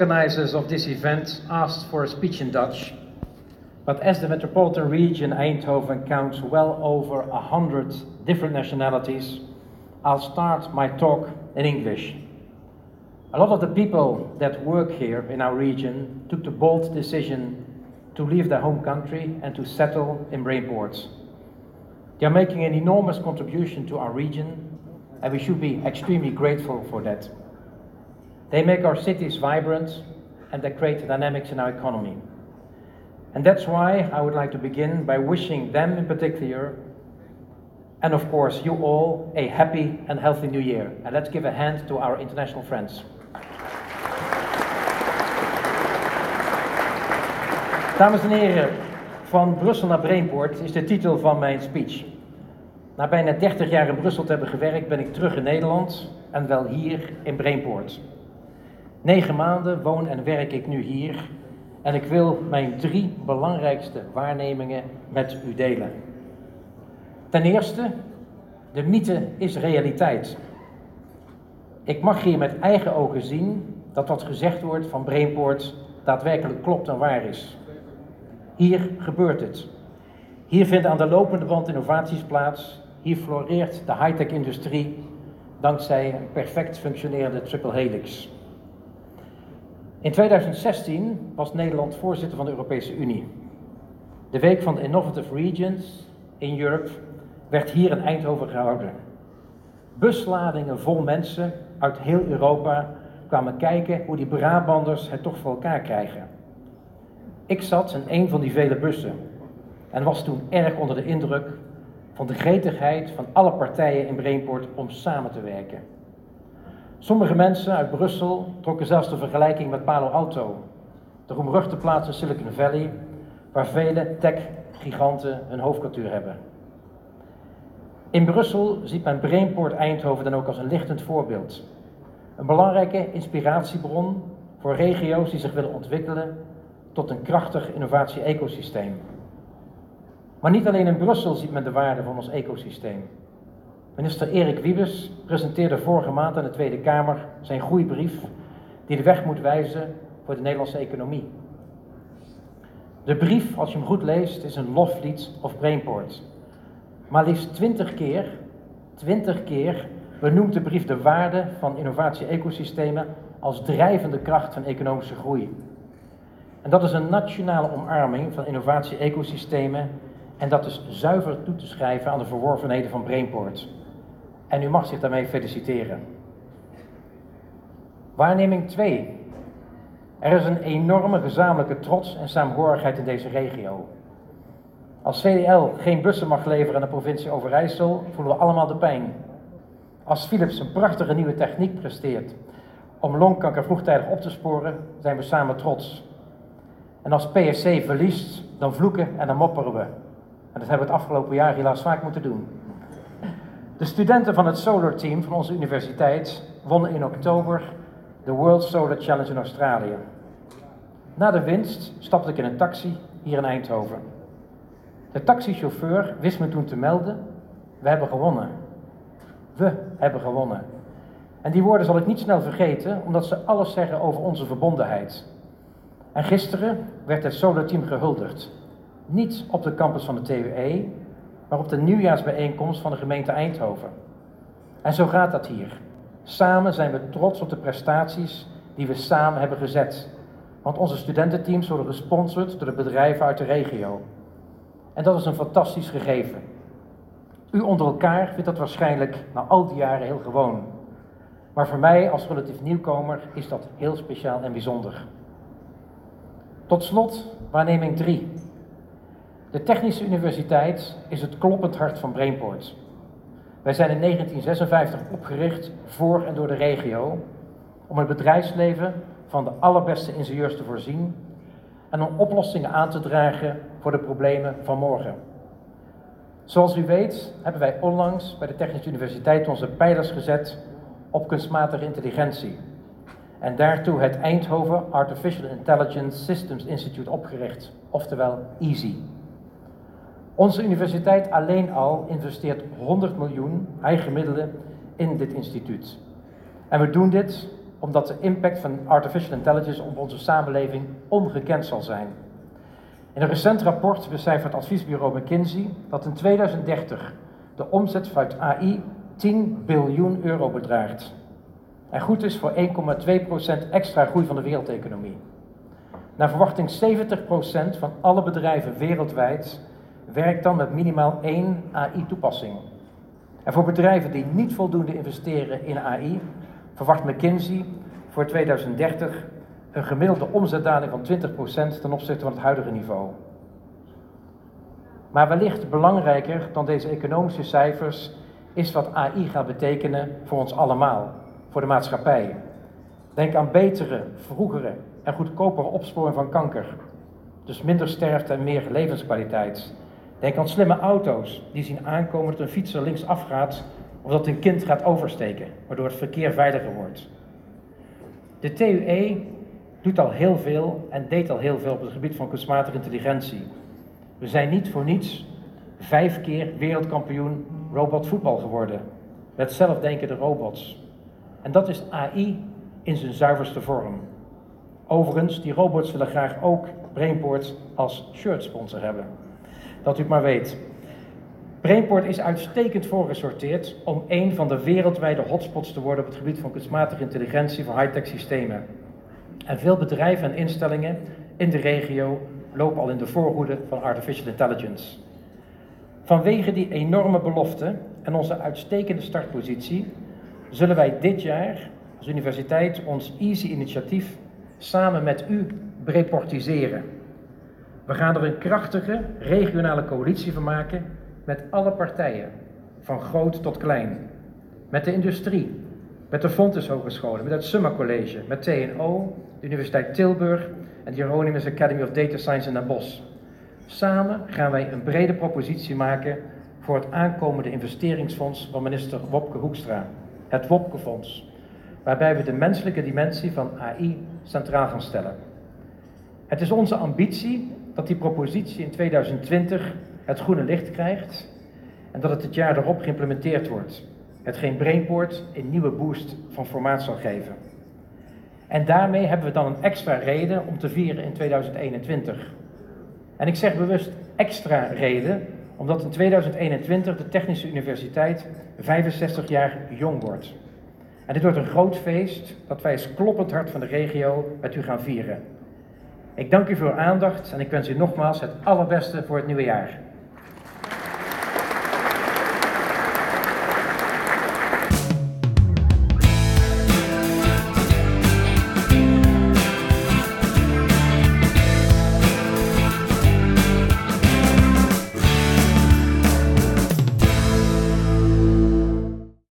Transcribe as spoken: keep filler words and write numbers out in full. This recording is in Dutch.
organizers of this event asked for a speech in Dutch, but as the metropolitan region Eindhoven counts well over a hundred different nationalities, I'll start my talk in English. A lot of the people that work here in our region took the bold decision to leave their home country and to settle in Brainport. They are making an enormous contribution to our region, and we should be extremely grateful for that. They make our cities vibrant, and they create dynamics in our economy. And that's why I would like to begin by wishing them in particular, and of course you all, a happy and healthy new year. And let's give a hand to our international friends. Dames en heren, van Brussel naar Brainport is de titel van mijn speech. Na bijna dertig jaar in Brussel te hebben gewerkt ben ik terug in Nederland en wel hier in Brainport. Negen maanden woon en werk ik nu hier en ik wil mijn drie belangrijkste waarnemingen met u delen. Ten eerste, de mythe is realiteit. Ik mag hier met eigen ogen zien dat wat gezegd wordt van Brainport daadwerkelijk klopt en waar is. Hier gebeurt het. Hier vinden aan de lopende band innovaties plaats. Hier floreert de high-tech industrie dankzij een perfect functionerende triple helix. In tweeduizend zestien was Nederland voorzitter van de Europese Unie. De week van de Innovative Regions in Europe werd hier in Eindhoven gehouden. Busladingen vol mensen uit heel Europa kwamen kijken hoe die Brabanders het toch voor elkaar krijgen. Ik zat in een van die vele bussen en was toen erg onder de indruk van de gretigheid van alle partijen in Brainport om samen te werken. Sommige mensen uit Brussel trokken zelfs de vergelijking met Palo Alto, de roemruchte plaats in Silicon Valley, waar vele tech-giganten hun hoofdkwartier hebben. In Brussel ziet men Brainport Eindhoven dan ook als een lichtend voorbeeld. Een belangrijke inspiratiebron voor regio's die zich willen ontwikkelen tot een krachtig innovatie-ecosysteem. Maar niet alleen in Brussel ziet men de waarde van ons ecosysteem. Minister Erik Wiebes presenteerde vorige maand aan de Tweede Kamer zijn groeibrief die de weg moet wijzen voor de Nederlandse economie. De brief, als je hem goed leest, is een loflied op Brainport. Maar liefst twintig keer, twintig keer benoemt de brief de waarde van innovatie-ecosystemen als drijvende kracht van economische groei. En dat is een nationale omarming van innovatie-ecosystemen en dat is zuiver toe te schrijven aan de verworvenheden van Brainport. En u mag zich daarmee feliciteren. Waarneming twee. Er is een enorme gezamenlijke trots en saamhorigheid in deze regio. Als V D L geen bussen mag leveren aan de provincie Overijssel, voelen we allemaal de pijn. Als Philips een prachtige nieuwe techniek presteert om longkanker vroegtijdig op te sporen, zijn we samen trots. En als P S C verliest, dan vloeken en dan mopperen we. En dat hebben we het afgelopen jaar helaas vaak moeten doen. De studenten van het Solar Team van onze universiteit wonnen in oktober de World Solar Challenge in Australië. Na de winst stapte ik in een taxi hier in Eindhoven. De taxichauffeur wist me toen te melden: we hebben gewonnen. We hebben gewonnen. En die woorden zal ik niet snel vergeten, omdat ze alles zeggen over onze verbondenheid. En gisteren werd het Solar Team gehuldigd. Niet op de campus van de T U E, maar op de nieuwjaarsbijeenkomst van de gemeente Eindhoven. En zo gaat dat hier. Samen zijn we trots op de prestaties die we samen hebben gezet. Want onze studententeams worden gesponsord door de bedrijven uit de regio. En dat is een fantastisch gegeven. U onder elkaar vindt dat waarschijnlijk na al die jaren heel gewoon. Maar voor mij als relatief nieuwkomer is dat heel speciaal en bijzonder. Tot slot waarneming drie. De Technische Universiteit is het kloppend hart van Brainport. Wij zijn in negentien zesenvijftig opgericht voor en door de regio om het bedrijfsleven van de allerbeste ingenieurs te voorzien en om oplossingen aan te dragen voor de problemen van morgen. Zoals u weet hebben wij onlangs bij de Technische Universiteit onze pijlers gezet op kunstmatige intelligentie. En daartoe het Eindhoven Artificial Intelligence Systems Institute opgericht, oftewel EASY. Onze universiteit alleen al investeert honderd miljoen eigen middelen in dit instituut. En we doen dit omdat de impact van artificial intelligence op onze samenleving ongekend zal zijn. In een recent rapport becijfert adviesbureau McKinsey dat in tweeduizend dertig de omzet vanuit A I tien biljoen euro bedraagt. En goed is voor één komma twee procent extra groei van de wereldeconomie. Naar verwachting zeventig procent van alle bedrijven wereldwijd werkt dan met minimaal één A I-toepassing. En voor bedrijven die niet voldoende investeren in A I, verwacht McKinsey voor tweeduizend dertig een gemiddelde omzetdaling van twintig procent ten opzichte van het huidige niveau. Maar wellicht belangrijker dan deze economische cijfers is wat A I gaat betekenen voor ons allemaal, voor de maatschappij. Denk aan betere, vroegere en goedkopere opsporing van kanker. Dus minder sterfte en meer levenskwaliteit. Denk aan slimme auto's die zien aankomen dat een fietser links afgaat of dat een kind gaat oversteken, waardoor het verkeer veiliger wordt. De T U E doet al heel veel en deed al heel veel op het gebied van kunstmatige intelligentie. We zijn niet voor niets vijf keer wereldkampioen robotvoetbal geworden, met zelfdenkende robots. En dat is A I in zijn zuiverste vorm. Overigens, die robots willen graag ook Brainport als shirtsponsor hebben. Dat u het maar weet. Brainport is uitstekend voorgesorteerd om een van de wereldwijde hotspots te worden op het gebied van kunstmatige intelligentie voor high-tech systemen. En veel bedrijven en instellingen in de regio lopen al in de voorhoede van artificial intelligence. Vanwege die enorme belofte en onze uitstekende startpositie zullen wij dit jaar als universiteit ons Easy-initiatief samen met u brainportiseren. We gaan er een krachtige regionale coalitie van maken met alle partijen, van groot tot klein. Met de industrie, met de Fontys Hogescholen, met het Summa College, met T N O, de Universiteit Tilburg en de Hieronymus Academy of Data Science in Den Bosch. Samen gaan wij een brede propositie maken voor het aankomende investeringsfonds van minister Wopke Hoekstra, het Wopke-fonds, waarbij we de menselijke dimensie van A I centraal gaan stellen. Het is onze ambitie dat die propositie in tweeduizend twintig het groene licht krijgt en dat het het jaar erop geïmplementeerd wordt, hetgeen Brainport een nieuwe boost van formaat zal geven. En daarmee hebben we dan een extra reden om te vieren in tweeduizend eenentwintig. En ik zeg bewust extra reden, omdat in tweeduizend eenentwintig de Technische Universiteit vijfenzestig jaar jong wordt. En dit wordt een groot feest dat wij als kloppend hart van de regio met u gaan vieren. Ik dank u voor uw aandacht en ik wens u nogmaals het allerbeste voor het nieuwe jaar.